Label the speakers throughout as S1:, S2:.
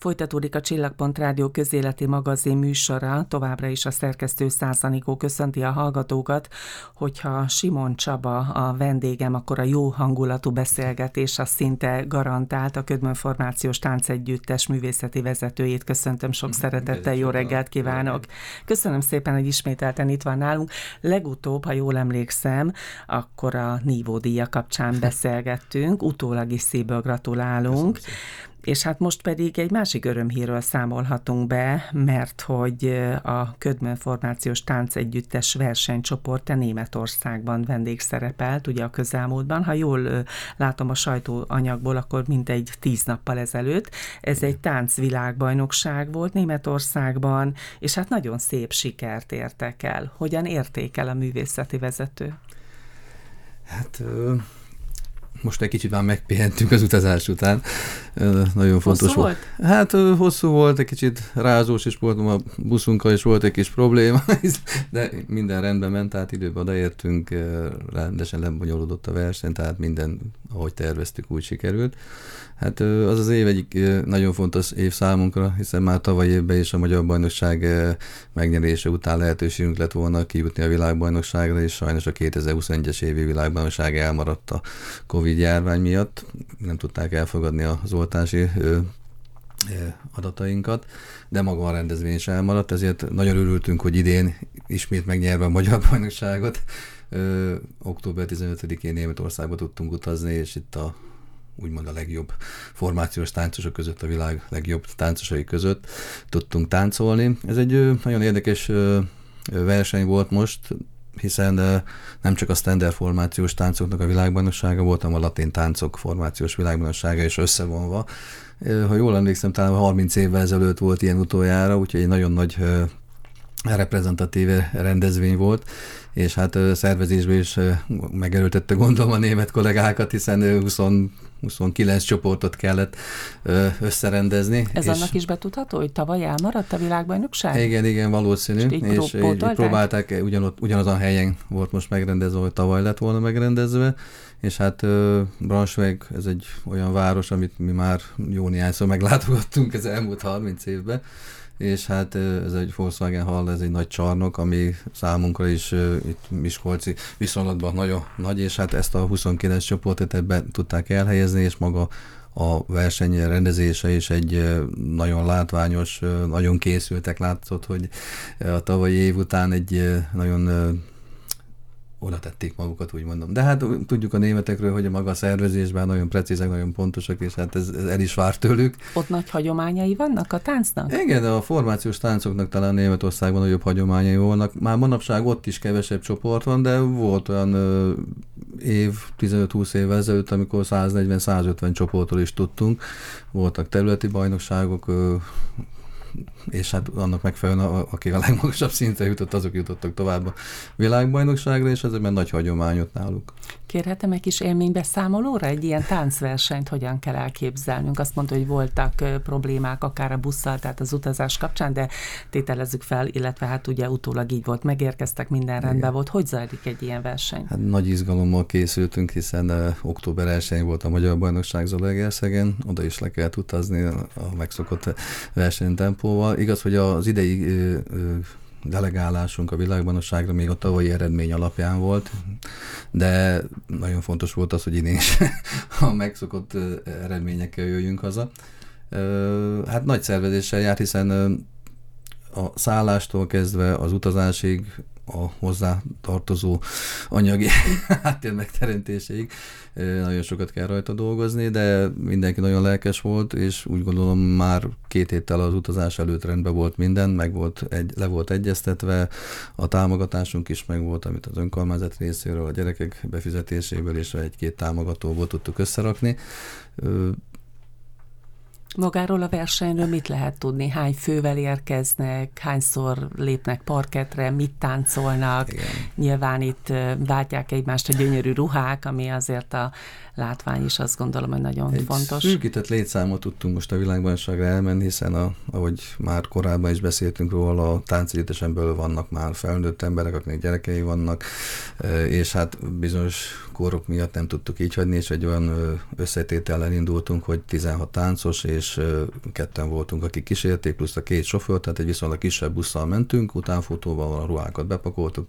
S1: Folytatódik a Csillagpont Rádió közéleti magazin műsora, továbbra is a szerkesztő Szász Anikó köszönti a hallgatókat, hogyha Simon Csaba a vendégem, akkor a jó hangulatú beszélgetés az szinte garantált. A Ködmön Formációs Táncegyüttes művészeti vezetőjét köszöntöm sok szeretettel, jó reggelt kívánok! Köszönöm szépen, hogy ismételten itt van nálunk. Legutóbb, ha jól emlékszem, akkor a nívódíja kapcsán beszélgettünk, utólag is szívből gratulálunk. És hát most pedig egy másik örömhírről számolhatunk be, mert hogy a Ködmön Formációs Táncegyüttes versenycsoportja Németországban vendégszerepelt, ugye a közelmúltban. Ha jól látom a sajtóanyagból, akkor mintegy 10 nappal ezelőtt. Ez egy táncvilágbajnokság volt Németországban, és hát nagyon szép sikert értek el. Hogyan értékel a művészeti vezető?
S2: Hát... Most egy kicsit már megpihentünk az utazás után. Nagyon fontos
S1: volt?
S2: Hát hosszú volt, egy kicsit rázós is voltam, a buszunkkal is volt egy kis probléma, de minden rendben ment, tehát időben odaértünk, rendesen lebonyolódott a verseny, tehát minden, ahogy terveztük, úgy sikerült. Hát az az év egyik nagyon fontos év számunkra, hiszen már tavaly évben is a Magyar Bajnokság megnyerése után lehetőségünk lett volna kijutni a világbajnokságra, és sajnos a 2021-es évi világbajnokság elmaradt a Covid-járvány miatt. Nem tudták elfogadni az oltási adatainkat, de maga a rendezvény is elmaradt, ezért nagyon örültünk, hogy idén ismét megnyerve a Magyar Bajnokságot. Október 15-én Németországba tudtunk utazni, és itt úgymond a legjobb formációs táncosok között, a világ legjobb táncosai között tudtunk táncolni. Ez egy nagyon érdekes verseny volt most, hiszen nem csak a standard formációs táncoknak a világbajnoksága volt, hanem a latin táncok formációs világbajnoksága is összevonva. Ha jól emlékszem, talán 30 évvel ezelőtt volt ilyen utoljára, úgyhogy egy nagyon nagy reprezentatív rendezvény volt, és hát szervezésben is megerőltette gondolom a német kollégákat, kollégákat, hiszen 29 csoportot kellett összerendezni.
S1: Ez annak is betudható, hogy tavaly elmaradt a világbajnokság?
S2: Igen, valószínű. És így próbálták, ugyanazon helyen volt most megrendezve, hogy tavaly lett volna megrendezve, és hát Braunschweig, ez egy olyan város, amit mi már jó néhányszor meglátogattunk az elmúlt 30 évben, és hát ez egy Volkswagen Hall, ez egy nagy csarnok, ami számunkra is itt miskolci viszonylatban nagyon nagy, és hát ezt a 29 csoportot ebben tudták elhelyezni, és maga a verseny rendezése is egy nagyon látványos, nagyon készültek, látszott, hogy a tavalyi év után egy nagyon oda tették magukat, úgy mondom. De hát tudjuk a németekről, hogy a maga a szervezésben nagyon precízek, nagyon pontosak, és hát ez el is vár tőlük.
S1: Ott nagy hagyományai vannak a táncnak?
S2: Igen, a formációs táncoknak talán Németországban nagyobb hagyományai vannak. Már manapság ott is kevesebb csoport van, de volt olyan év, 15-20 évvel ezelőtt, amikor 140-150 csoportról is tudtunk. Voltak területi bajnokságok, és hát annak megfelelően, akik a legmagasabb szintre jutott, azok jutottak tovább a világbajnokságra, és ez egy nagy hagyományot náluk.
S1: Kérhetem egy kis élménybeszámolóra? Egy ilyen táncversenyt hogyan kell elképzelnünk? Azt mondta, hogy voltak problémák akár a busszal, tehát az utazás kapcsán, de tételezzük fel, illetve hát ugye utólag így volt, megérkeztek, minden rendben volt. Hogy zajlik egy ilyen verseny? Hát
S2: nagy izgalommal készültünk, hiszen október 1-én volt a Magyar Bajnokság Zalaegerszegen, oda is le kellett utazni a megszokott versenytempóval. Igaz, hogy az idei delegálásunk a világbajnokságra még a tavalyi eredmény alapján volt, de nagyon fontos volt az, hogy idén is a megszokott eredményekkel jöjjünk haza. Hát nagy szervezéssel járt, hiszen a szállástól kezdve az utazásig, a hozzá tartozó anyagi háttér megteremtéséig nagyon sokat kell rajta dolgozni, de mindenki nagyon lelkes volt, és úgy gondolom már 2 héttel az utazás előtt rendben volt minden, le volt egyeztetve, a támogatásunk is megvolt, amit az önkormányzat részéről, a gyerekek befizetéséből és 1-2 támogatóból tudtuk összerakni.
S1: Magáról a versenyről mit lehet tudni? Hány fővel érkeznek, hányszor lépnek parkettre, mit táncolnak? Igen. Nyilván itt váltják egymást a gyönyörű ruhák, ami azért a látvány is azt gondolom, hogy nagyon fontos.
S2: Szűkített létszámot tudtunk most a világbajnokságra elmenni, hiszen ahogy már korábban is beszéltünk róla, a táncegyüttesen belül vannak már felnőtt emberek, akiknek gyerekei vannak, és hát bizonyos korok miatt nem tudtuk így hagyni, és egy olyan összetétellel indultunk, hogy 16 táncos, és ketten voltunk, akik kísérték, plusz a 2 sofőr, tehát egy viszonylag kisebb busszal mentünk, utánfutóval a ruhákat bepakoltuk,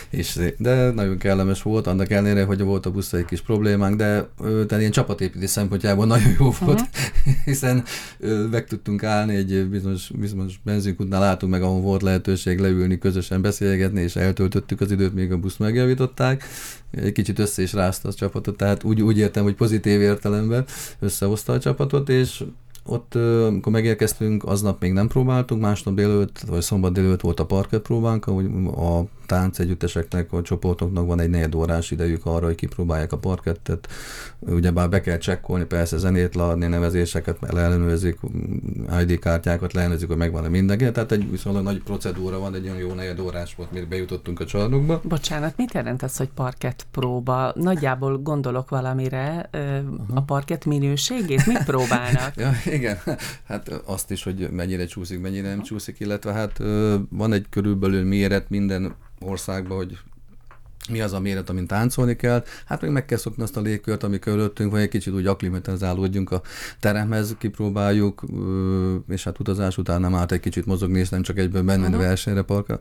S2: de nagyon kellemes volt, annak ellenére, hogy volt a busszal egy kis problémánk, de tehát ilyen csapatépítés szempontjából nagyon jó volt, hiszen meg tudtunk állni egy bizonyos benzinkútnál, látunk meg, ahol volt lehetőség leülni, közösen beszélgetni, és eltöltöttük az időt, még a buszt megjavították. Egy kicsit össze is rázta a csapatot, tehát úgy értem, hogy pozitív értelemben összehozta a csapatot, és ott, amikor megérkeztünk, aznap még nem próbáltunk, másnap délőtt, vagy szombat délőtt volt a parkett próbánk, ahogy a táncegyütteseknek, a csoportoknak van egy 4 órás idejük arra, hogy kipróbálják a parkettet. Ugyebár be kell csekkolni, persze zenét leadni, nevezéseket, leellenőrzik, ID kártyákat leellenőrzik, hogy megvan-e mindenki. Tehát egy viszonylag nagy procedúra van, egy olyan jó 4 órás volt, mire bejutottunk a csarnokba.
S1: Bocsánat, mit jelent ez, hogy parkett próba? Nagyjából gondolok valamire, a parkett minőségét? Mit próbálnak?
S2: Ja, igen, hát azt is, hogy mennyire csúszik, mennyire nem csúszik, illetve hát van egy körülbelül méret minden országban, hogy mi az a méret, amin táncolni kell. Hát még meg kell szokni azt a légkört, ami körülöttünk, vagy egy kicsit úgy akklimatizálódjunk a teremhez, kipróbáljuk, és hát utazás után nem árt egy kicsit mozogni, és nem csak egyből menni versenyre parkra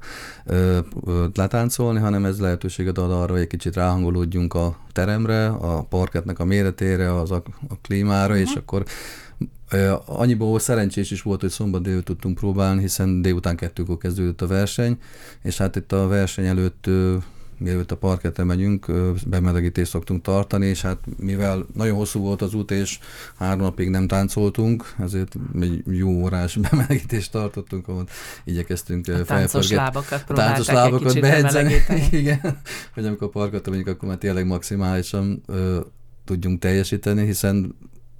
S2: letáncolni, hanem ez lehetőséget ad arra, hogy egy kicsit ráhangolódjunk a teremre, a parkettnek a méretére, a klímára, és akkor annyiból szerencsés is volt, hogy szombat délután tudtunk próbálni, hiszen délután 2-kor kezdődött a verseny, és hát itt a verseny előtt, mielőtt a parkettre megyünk, bemelegítést szoktunk tartani, és hát mivel nagyon hosszú volt az út, és 3 napig nem táncoltunk, ezért egy jó órás bemelegítést tartottunk, ahol igyekeztünk
S1: táncos lábakat próbálták egy kicsit bemelegíteni.
S2: Igen, hogy amikor parkettre megyünk, akkor már tényleg maximálisan tudjunk teljesíteni, hiszen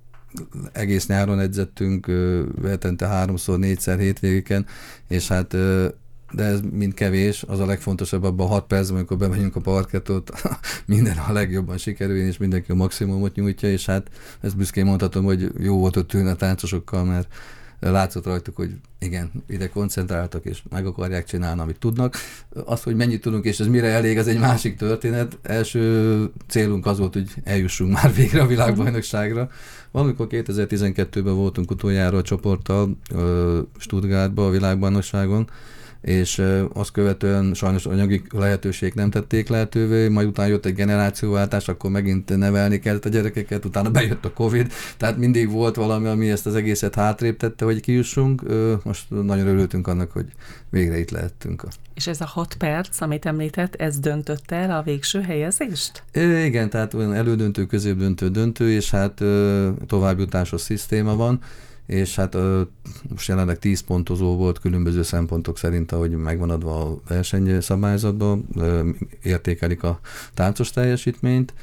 S2: egész nyáron edzettünk, hetente 3-szor, 4-szer hétvégéken, és hát de ez mind kevés, az a legfontosabb abban a 6 percben, amikor bemegyünk a parkettot, minden a legjobban sikerül, és mindenki a maximumot nyújtja, és hát ezt büszkén mondhatom, hogy jó volt ott ülni a táncosokkal, mert látszott rajtuk, hogy igen, ide koncentráltak, és meg akarják csinálni, amit tudnak. Az, hogy mennyit tudunk, és ez mire elég, az egy másik történet. Első célunk az volt, hogy eljussunk már végre a világbajnokságra. Valamikor 2012-ben voltunk utoljára a csoporttal Stuttgartban a világbajnokságon, és azt követően sajnos anyagi lehetőség nem tették lehetővé, majd utána jött egy generációváltás, akkor megint nevelni kellett a gyerekeket, utána bejött a Covid, tehát mindig volt valami, ami ezt az egészet hátrébb tette, hogy kijussunk. Most nagyon örültünk annak, hogy végre itt lehettünk.
S1: És ez a 6 perc, amit említett, ez döntött el a végső helyezést?
S2: Igen, tehát olyan elődöntő, középdöntő, döntő, és hát továbbjutásos szisztéma van, és hát most jelenleg 10 pontozó volt különböző szempontok szerint, ahogy megvan adva a versenyszabályzatban, értékelik a táncos teljesítményt,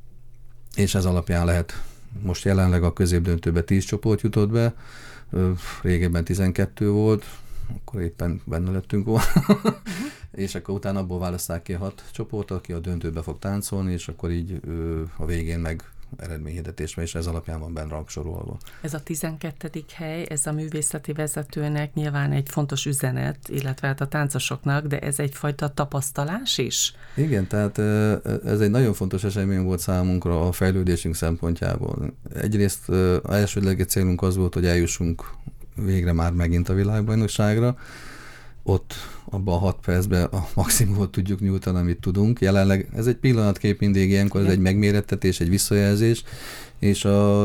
S2: és ez alapján lehet most jelenleg a középdöntőbe 10 csoport jutott be, régebben 12 volt, akkor éppen benne lettünk volna, és akkor utána abból választák ki a 6 csoport, aki a döntőbe fog táncolni, és akkor így a végén meg eredményhirdetésben, és ez alapján van benne rangsorolva.
S1: Ez a 12. hely, ez a művészeti vezetőnek nyilván egy fontos üzenet, illetve hát a táncosoknak, de ez egyfajta tapasztalás is?
S2: Igen, tehát ez egy nagyon fontos esemény volt számunkra a fejlődésünk szempontjából. Egyrészt elsődleges célunk az volt, hogy eljussunk végre már megint a világbajnokságra, ott abban a 6 percben a maximumot tudjuk nyújtani, amit tudunk. Jelenleg ez egy pillanatkép mindig ilyenkor, ez egy megmérettetés, egy visszajelzés, és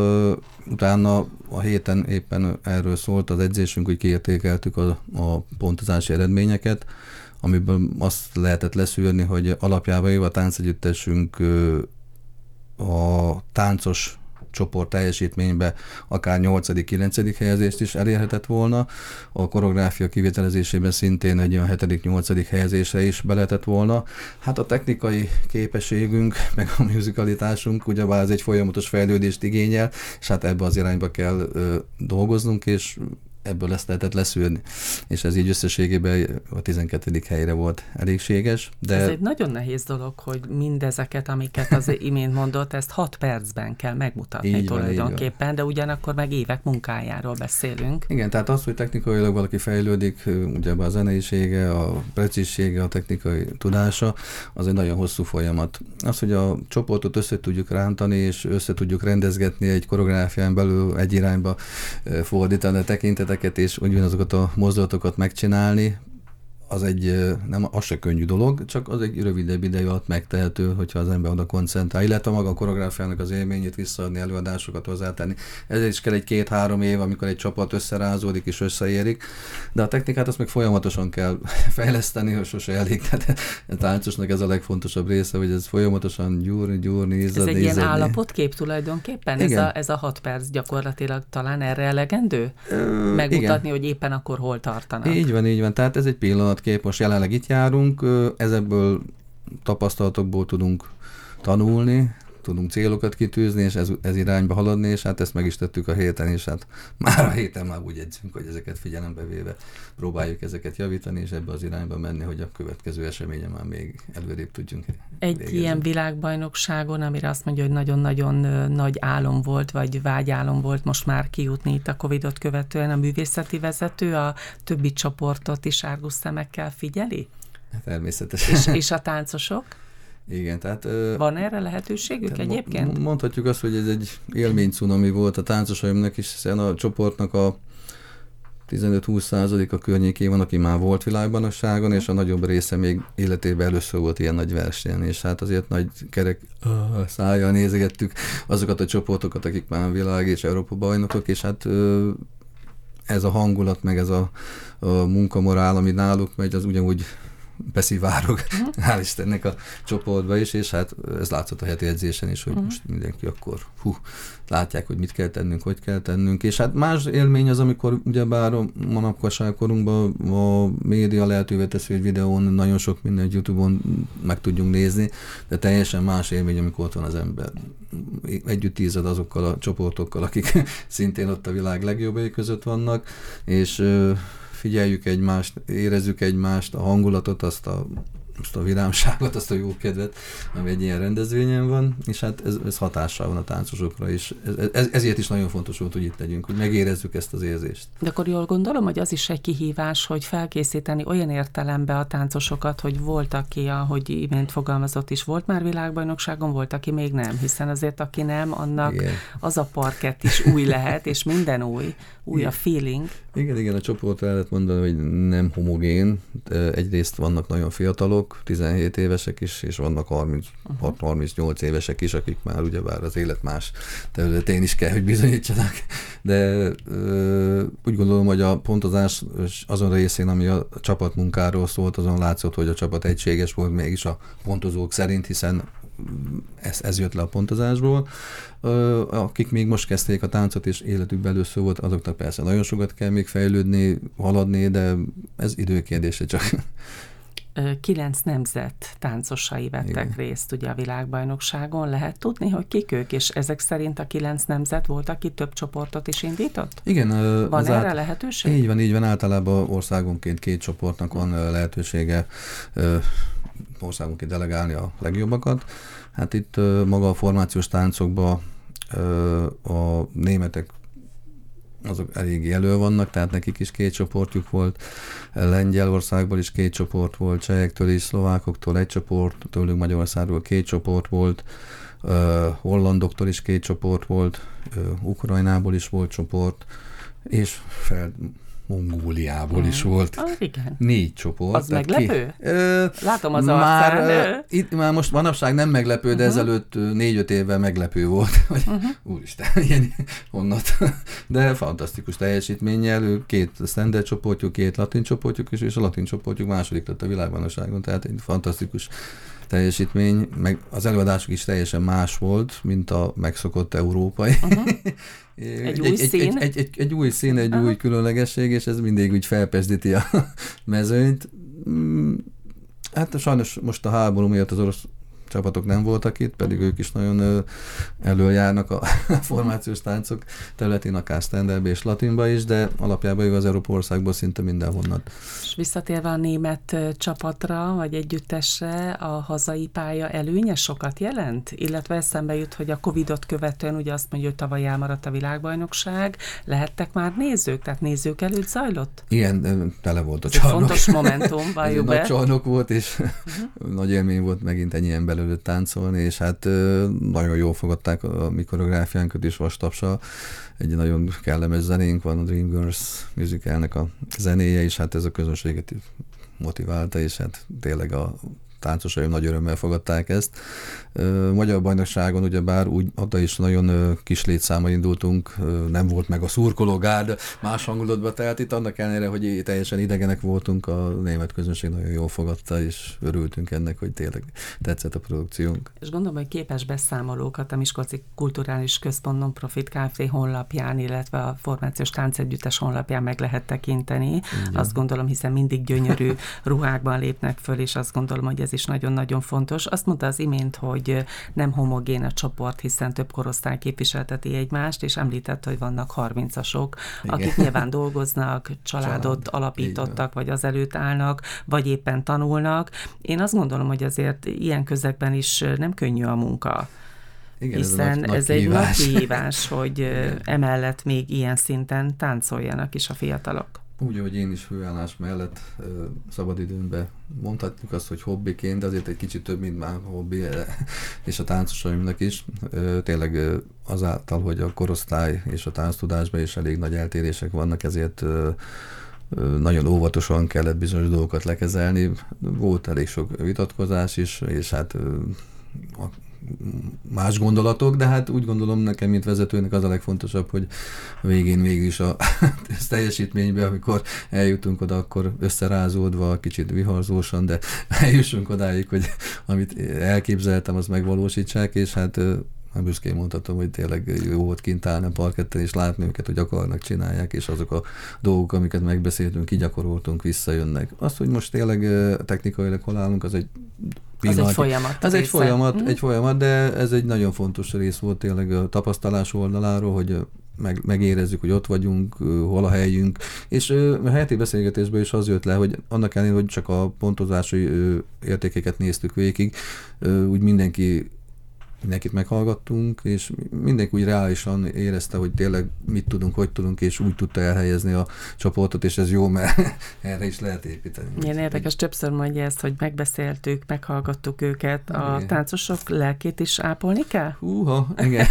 S2: utána a héten éppen erről szólt az edzésünk, hogy kiértékeltük a pontozási eredményeket, amiből azt lehetett leszűrni, hogy alapjában a táncegyüttesünk a táncos csoport teljesítménybe akár 8.-9. helyezést is elérhetett volna. A koreográfia kivitelezésében szintén egy olyan 7.-8. helyezésre is be lehetett volna. Hát a technikai képességünk, meg a musicalitásunk, ugyebár ez egy folyamatos fejlődést igényel, és hát ebbe az irányba kell dolgoznunk, és ebből ezt lehetett leszűrni. És ez így összességében a 12. helyre volt elégséges. De...
S1: Ez egy nagyon nehéz dolog, hogy mindezeket, amiket az imént mondott, ezt 6 percben kell megmutatni
S2: így
S1: tulajdonképpen,
S2: van.
S1: De ugyanakkor meg évek munkájáról beszélünk.
S2: Igen, tehát az, hogy technikailag valaki fejlődik, ugye a zeneisége, a precízsége, a technikai tudása, az egy nagyon hosszú folyamat. Az, hogy a csoportot össze tudjuk rántani, és össze tudjuk rendezgetni egy koreográfián belül egy irányba fordítani a tekinteteket, és ugyanazokat a mozdulatokat megcsinálni, az az se könnyű dolog, csak az egy rövidebb idő alatt megtehető, hogyha az ember oda koncentrál, illetve maga a koreográfiának az élményét visszaadni, előadásokat hozzátenni. Ezért is kell 1-2-3 év, amikor egy csapat összerázódik és összeérik, de a technikát azt meg folyamatosan kell fejleszteni, hogy sose elég. Tehát a táncosnak ez a legfontosabb része, hogy ez folyamatosan gyúrni, izzadni.
S1: Ez egy ilyen állapotkép tulajdonképpen? Ez a 6 perc gyakorlatilag talán erre elegendő? Megmutatni, hogy éppen akkor hol tartanak.
S2: Így van. Tehát ez egy pillanatkép. Most jelenleg itt járunk, ezekből tapasztalatokból tudunk tanulni, tudunk célokat kitűzni, és ez irányba haladni, és hát ezt meg is tettük a héten, és hát már a héten már úgy edzünk, hogy ezeket figyelembe véve próbáljuk ezeket javítani, és ebbe az irányba menni, hogy a következő eseményen már még előrébb tudjunk
S1: végezni. Ilyen világbajnokságon, amire azt mondja, hogy nagyon-nagyon nagy álom volt, vagy vágyálom volt most már kijutni itt a Covid-ot követően, a művészeti vezető a többi csoportot is árgus szemekkel figyeli?
S2: Természetesen.
S1: És a táncosok?
S2: Igen, tehát...
S1: Van erre lehetőségük egyébként?
S2: Mondhatjuk azt, hogy ez egy élménycunami volt a táncosaimnak is, hiszen a csoportnak a 15-20% a környékén van, aki már volt világbajnokságon, és a nagyobb része még életében először volt ilyen nagy versenyen, és hát azért nagy kerek szájjal nézegettük azokat a csoportokat, akik már világ és Európa bajnokok, és hát ez a hangulat, meg ez a munkamorál, ami náluk megy, az ugyanúgy beszivárog, hál' Istennek a csoportba is, és hát ez látszott a heti edzésen is, hogy most mindenki akkor látják, hogy mit kell tennünk, hogy kell tennünk, és hát más élmény az, amikor ugyebár a manapkasságkorunkban a média lehetővé teszi, hogy videón nagyon sok mindent YouTube-on meg tudjunk nézni, de teljesen más élmény, amikor ott van az ember. Együtt ízad azokkal a csoportokkal, akik szintén ott a világ legjobbjai között vannak, és figyeljük egymást, érezzük egymást, a hangulatot, azt a vidámságot, azt a jó kedvet, ami egy ilyen rendezvényen van, és hát ez hatással van a táncosokra is. Ezért is nagyon fontos volt, hogy itt legyünk, hogy megérezzük ezt az érzést.
S1: De akkor jól gondolom, hogy az is egy kihívás, hogy felkészíteni olyan értelembe a táncosokat, hogy volt, aki, ahogy imént fogalmazott is, volt már világbajnokságon, volt, aki még nem, hiszen azért, aki nem, annak igen. Az a parkett is új lehet, és minden új igen. A feeling.
S2: Igen, a csoportra el lehet mondani, hogy nem homogén. Egyrészt vannak nagyon fiatalok, 17 évesek is, és vannak 36-38 évesek is, akik már ugyebár az élet más területén is kell, hogy bizonyítsanak. De úgy gondolom, hogy a pontozás azon részén, ami a csapatmunkáról szólt, azon látszott, hogy a csapat egységes volt mégis a pontozók szerint, hiszen ez jött le a pontozásból. Akik még most kezdték a táncot, és életükben először volt, azoknak persze nagyon sokat kell még fejlődni, haladni, de ez időkérdése csak.
S1: 9 nemzet táncosai vettek részt ugye a világbajnokságon. Lehet tudni, hogy kik ők, és ezek szerint a 9 nemzet volt, aki több csoportot is indított?
S2: Igen.
S1: Van erre lehetőség?
S2: Így van. Általában országonként 2 csoportnak van lehetősége országonként delegálni a legjobbakat. Hát itt maga a formációs táncokban a németek azok eléggé elő vannak, tehát nekik is 2 csoportjuk volt, Lengyelországból is 2 csoport volt, csehektől is, szlovákoktól 1 csoport, tőlünk Magyarországról 2 csoport volt, hollandoktól is 2 csoport volt, Ukrajnából is volt csoport, és Mongóliából is volt.
S1: Igen.
S2: 4 csoport.
S1: Az meglepő? Látom az arcán.
S2: Itt már most manapság nem meglepő, de ezelőtt 4-5 évvel meglepő volt. Úristen, ilyen honnat. De fantasztikus teljesítménnyel. 2 standard csoportjuk, 2 latin csoportjuk, és a latin csoportjuk második lett a világbajnokságon. Tehát egy fantasztikus teljesítmény, meg az előadások is teljesen más volt, mint a megszokott európai.
S1: Egy új szín?
S2: Egy új szín, egy új különlegesség, és ez mindig úgy felpezdíti a mezőnyt. Hát sajnos most a háború miatt az orosz csapatok nem voltak itt, pedig ők is nagyon előjárnak a formációs táncok területén, akár standardbe és latinba is, de alapjában az Európa országból szinte mindenhonnan.
S1: És visszatérve a német csapatra, vagy együttesre, a hazai pálya előnye sokat jelent? Illetve eszembe jut, hogy a Covid-ot követően ugye azt mondja, hogy tavaly elmaradt a világbajnokság, lehettek már nézők? Tehát nézők előtt zajlott?
S2: Igen, tele volt a csarnok.
S1: Fontos momentum, valljuk be.
S2: Nagy csarnok volt, és nagy élmény volt megint ennyi ember előtt táncolni, és hát nagyon jól fogadták a mi koreográfiánkat is, vastapsa. Egy nagyon kellemes zenénk van, a Dreamgirls musicalnek a zenéje, és hát ez a közönséget motiválta, és hát tényleg a táncosaim nagy örömmel fogadták ezt. Magyar bajnokságon ugyebár úgy oda is nagyon kis létszámmal indultunk, nem volt meg a szurkológárd, más hangulatba telt itt, annak ellenére, hogy teljesen idegenek voltunk, a német közönség nagyon jól fogadta, és örültünk ennek, hogy tényleg tetszett a produkciónk.
S1: És gondolom, hogy képes beszámolókat a Miskolci Kulturális Központ Non-Profit Kft. Honlapján, illetve a Formációs Táncegyüttes honlapján meg lehet tekinteni. Igen. Azt gondolom, hiszen mindig gyönyörű ruhákban lépnek föl, és azt gondolom, hogy ez is nagyon-nagyon fontos. Azt mondta az imént, hogy nem homogén a csoport, hiszen több korosztály képviselteti egymást, és említett, hogy vannak 30-asok, akik nyilván dolgoznak, családot alapítottak, vagy azelőtt állnak, vagy éppen tanulnak. Én azt gondolom, hogy azért ilyen közegben is nem könnyű a munka.
S2: Igen,
S1: hiszen ez egy nagy kihívás, hogy emellett még ilyen szinten táncoljanak is a fiatalok.
S2: Úgy, hogy én is főállás mellett szabadidőmben mondhatjuk azt, hogy hobbiként, de azért egy kicsit több, mint már hobbi, és a táncosaimnak is. Tényleg azáltal, hogy a korosztály és a tánctudásban is elég nagy eltérések vannak, ezért nagyon óvatosan kellett bizonyos dolgokat lekezelni. Volt elég sok vitatkozás is, és hát más gondolatok, de hát úgy gondolom nekem, mint vezetőnek az a legfontosabb, hogy végén is a teljesítményben, amikor eljutunk oda, akkor összerázódva, kicsit viharzósan, de eljussunk odáig, hogy amit elképzeltem, azt megvalósítsák, és hát büszkén mondhatom, hogy tényleg jó volt kint állni a parketten, és látni őket, hogy akarnak, csinálják, és azok a dolgok, amiket megbeszéltünk, így gyakoroltunk, visszajönnek. Az, hogy most tényleg technikailag hol állunk, az egy
S1: pillanat. Az egy folyamat.
S2: Ez egy folyamat, de ez egy nagyon fontos rész volt tényleg a tapasztalás oldaláról, hogy megérezzük, hogy ott vagyunk, hol a helyünk, és a heti beszélgetésben is az jött le, hogy annak ellenére, hogy csak a pontozási értékeket néztük végig, úgy mindenkit meghallgattunk, és mindenki úgy reálisan érezte, hogy tényleg mit tudunk, hogy tudunk, és úgy tudta elhelyezni a csoportot, és ez jó, mert erre is lehet építeni.
S1: Ilyen érdekes, többször mondja ezt, hogy megbeszéltük, meghallgattuk őket, a táncosok lelkét is ápolni kell?
S2: Igen.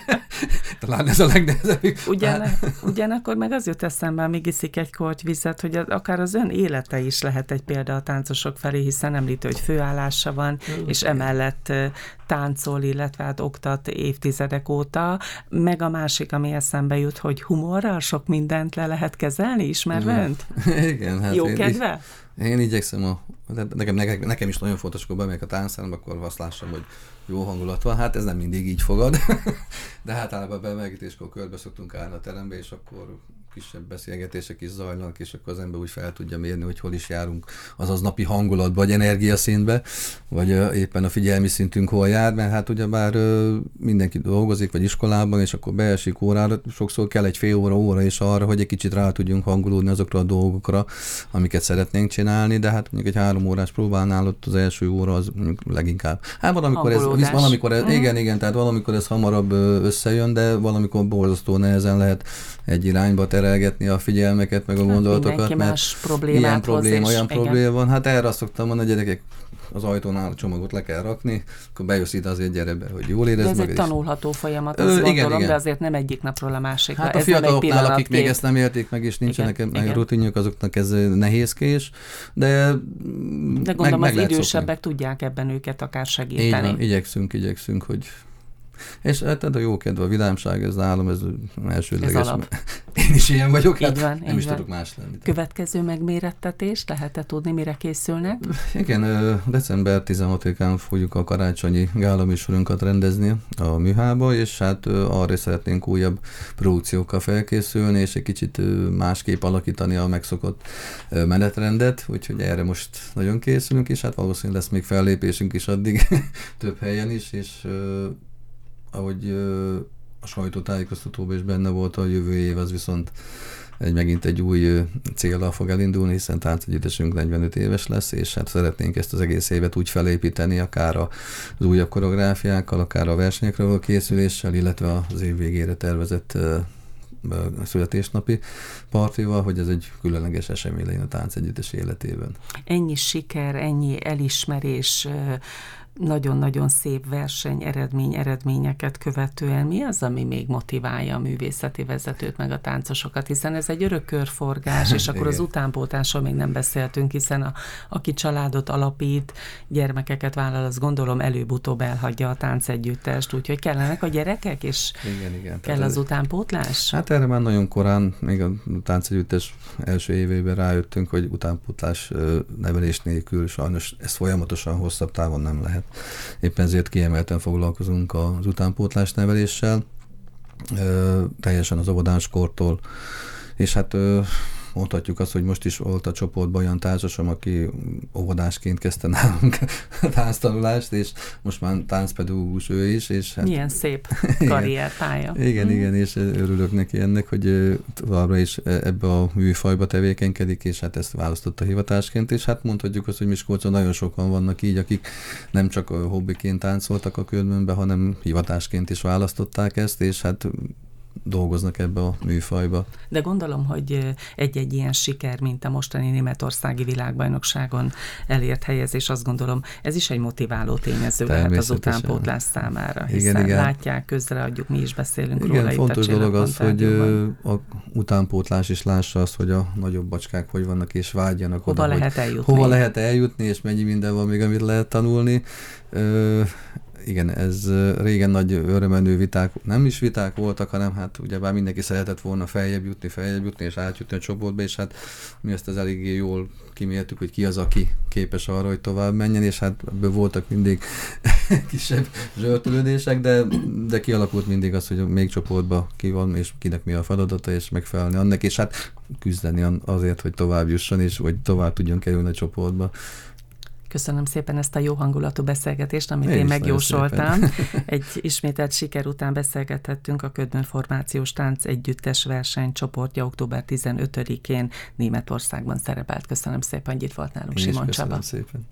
S2: Talán ez a legnehezebb.
S1: Ugyanakkor meg az jut eszembe, amíg iszik egy korty vizet, hogy akár az ön élete is lehet egy példa a táncosok felé, hiszen említő, hogy főállása van, és emellett táncol, illetve hát oktat évtizedek óta, meg a másik, ami eszembe jut, hogy humorral sok mindent le lehet kezelni, ismerve önt?
S2: Igen. Hát
S1: jó kedve?
S2: Én igyekszem, nekem is nagyon fontos, hogy bemegyek a táncszárba, akkor azt lássam, hogy jó hangulat van. Hát ez nem mindig így fogad, de hát általában bemelegítéskor körbe szoktunk állni a terembe, és akkor kisebb beszélgetések is zajlanak, és akkor az ember úgy fel tudja mérni, hogy hol is járunk az aznapi hangulatba, vagy energiaszintbe, vagy éppen a figyelmi szintünk hol jár, mert hát ugyebár mindenki dolgozik, vagy iskolában, és akkor beesik órára, sokszor kell egy fél óra is arra, hogy egy kicsit rá tudjunk hangulódni azokra a dolgokra, amiket szeretnénk csinálni, de hát mondjuk egy 3 órás próbánál ott az első óra az leginkább. Hát valamikor ez igen, tehát valamikor ez hamarabb összejön, de valamikor borzasztó nehezen lehet egy irányba terelgetni a figyelmeket, meg a gondolatokat, mert ilyen probléma van. Hát erre azt szoktam mondani, hogy gyerekek, az ajtónál a csomagot le kell rakni, akkor bejössz ide azért gyere be, hogy jól érezd magad.
S1: De ez egy tanulható folyamat, azt gondolom, igen. De azért nem egyik napról a másikra.
S2: Hát a fiataloknál, akik még ezt nem élték meg, és nincsenek rutinjuk, azoknak ez nehézkés, de
S1: gondolom az idősebbek tudják ebben őket akár segíteni.
S2: Így van, igyekszünk, hogy És hát a jó kedve, a vidámság, ez nálam, ez elsődleges.
S1: Ez alap.
S2: Én is ilyen vagyok,
S1: így van,
S2: nem is tudok más lenni.
S1: Következő megmérettetés, lehet-e tudni, mire készülnek?
S2: Igen, december 16-án fogjuk a karácsonyi gálaműsorunkat rendezni a Műhába, és hát arra szeretnénk újabb produkciókkal felkészülni, és egy kicsit másképp alakítani a megszokott menetrendet, úgyhogy erre most nagyon készülünk, és hát valószínűleg lesz még fellépésünk is addig több helyen is, és ahogy a sajtótájékoztatóban is benne volt, a jövő év az viszont megint egy új céllal fog elindulni, hiszen táncegyüttesünk 45 éves lesz, és hát szeretnénk ezt az egész évet úgy felépíteni, akár az újabb koreográfiákkal, akár a versenyekre való készüléssel, illetve az év végére tervezett születésnapi partival, hogy ez egy különleges esemény legyen a táncegyüttes életében.
S1: Ennyi siker, ennyi elismerés, nagyon-nagyon szép verseny, eredményeket követően mi az, ami még motiválja a művészeti vezetőt, meg a táncosokat, hiszen ez egy örök körforgás, és akkor az utánpótlásról még nem beszéltünk, hiszen aki családot alapít, gyermekeket vállal, azt gondolom előbb-utóbb elhagyja a táncegyüttest, úgyhogy kellenek a gyerekek, és
S2: igen.
S1: kell az utánpótlás?
S2: Hát erre már nagyon korán, még a táncegyüttes első évében rájöttünk, hogy utánpótlás nevelés nélkül sajnos ez folyamatosan hosszabb távon nem lehet. Éppen ezért kiemelten foglalkozunk az utánpótlás neveléssel, teljesen az óvodáskortól, és hát mondhatjuk azt, hogy most is volt a csoportban olyan társam, aki óvodásként kezdte nálunk a tánctanulást, és most már táncpedagógus ő is. És hát
S1: milyen szép karrierpálya.
S2: Igen, és örülök neki ennek, hogy továbbra is ebbe a műfajba tevékenykedik, és hát ezt választotta hivatásként, és hát mondhatjuk azt, hogy Miskolcon nagyon sokan vannak így, akik nem csak hobbiként táncoltak a Ködmönbe, hanem hivatásként is választották ezt, és hát dolgoznak ebbe a műfajba.
S1: De gondolom, hogy egy-egy ilyen siker, mint a mostani németországi világbajnokságon elért helyezés, azt gondolom, ez is egy motiváló tényező lehet az utánpótlás számára, hiszen igen. Látják, közreadjuk, mi is beszélünk róla.
S2: Igen, fontos dolog az, hogy a utánpótlás is lássa azt, hogy a nagyobb bacskák hogy vannak, és vágyjanak
S1: hova
S2: oda,
S1: lehet eljutni.
S2: Hova lehet eljutni, és mennyi minden van még, amit lehet tanulni. Igen, ez régen nagy örömenő viták, nem is viták voltak, hanem hát ugyebár mindenki szeretett volna feljebb jutni, és átjutni a csoportba, és hát mi ezt eléggé jól kimértük, hogy ki az, aki képes arra, hogy tovább menjen, és hát ebből voltak mindig kisebb zsörtölődések, de kialakult mindig az, hogy még csoportba ki van, és kinek mi a feladata, és megfelelni annak, és hát küzdeni azért, hogy tovább jusson, és hogy tovább tudjon kerülni a csoportba.
S1: Köszönöm szépen ezt a jó hangulatú beszélgetést, amit én megjósoltam. Egy ismételt siker után beszélgethettünk a Ködmön Formációs Tánc Együttes versenycsoportja október 15-én Németországban szerepelt. Köszönöm szépen, hogy itt volt nálunk Simon Csaba.
S2: Köszönöm szépen.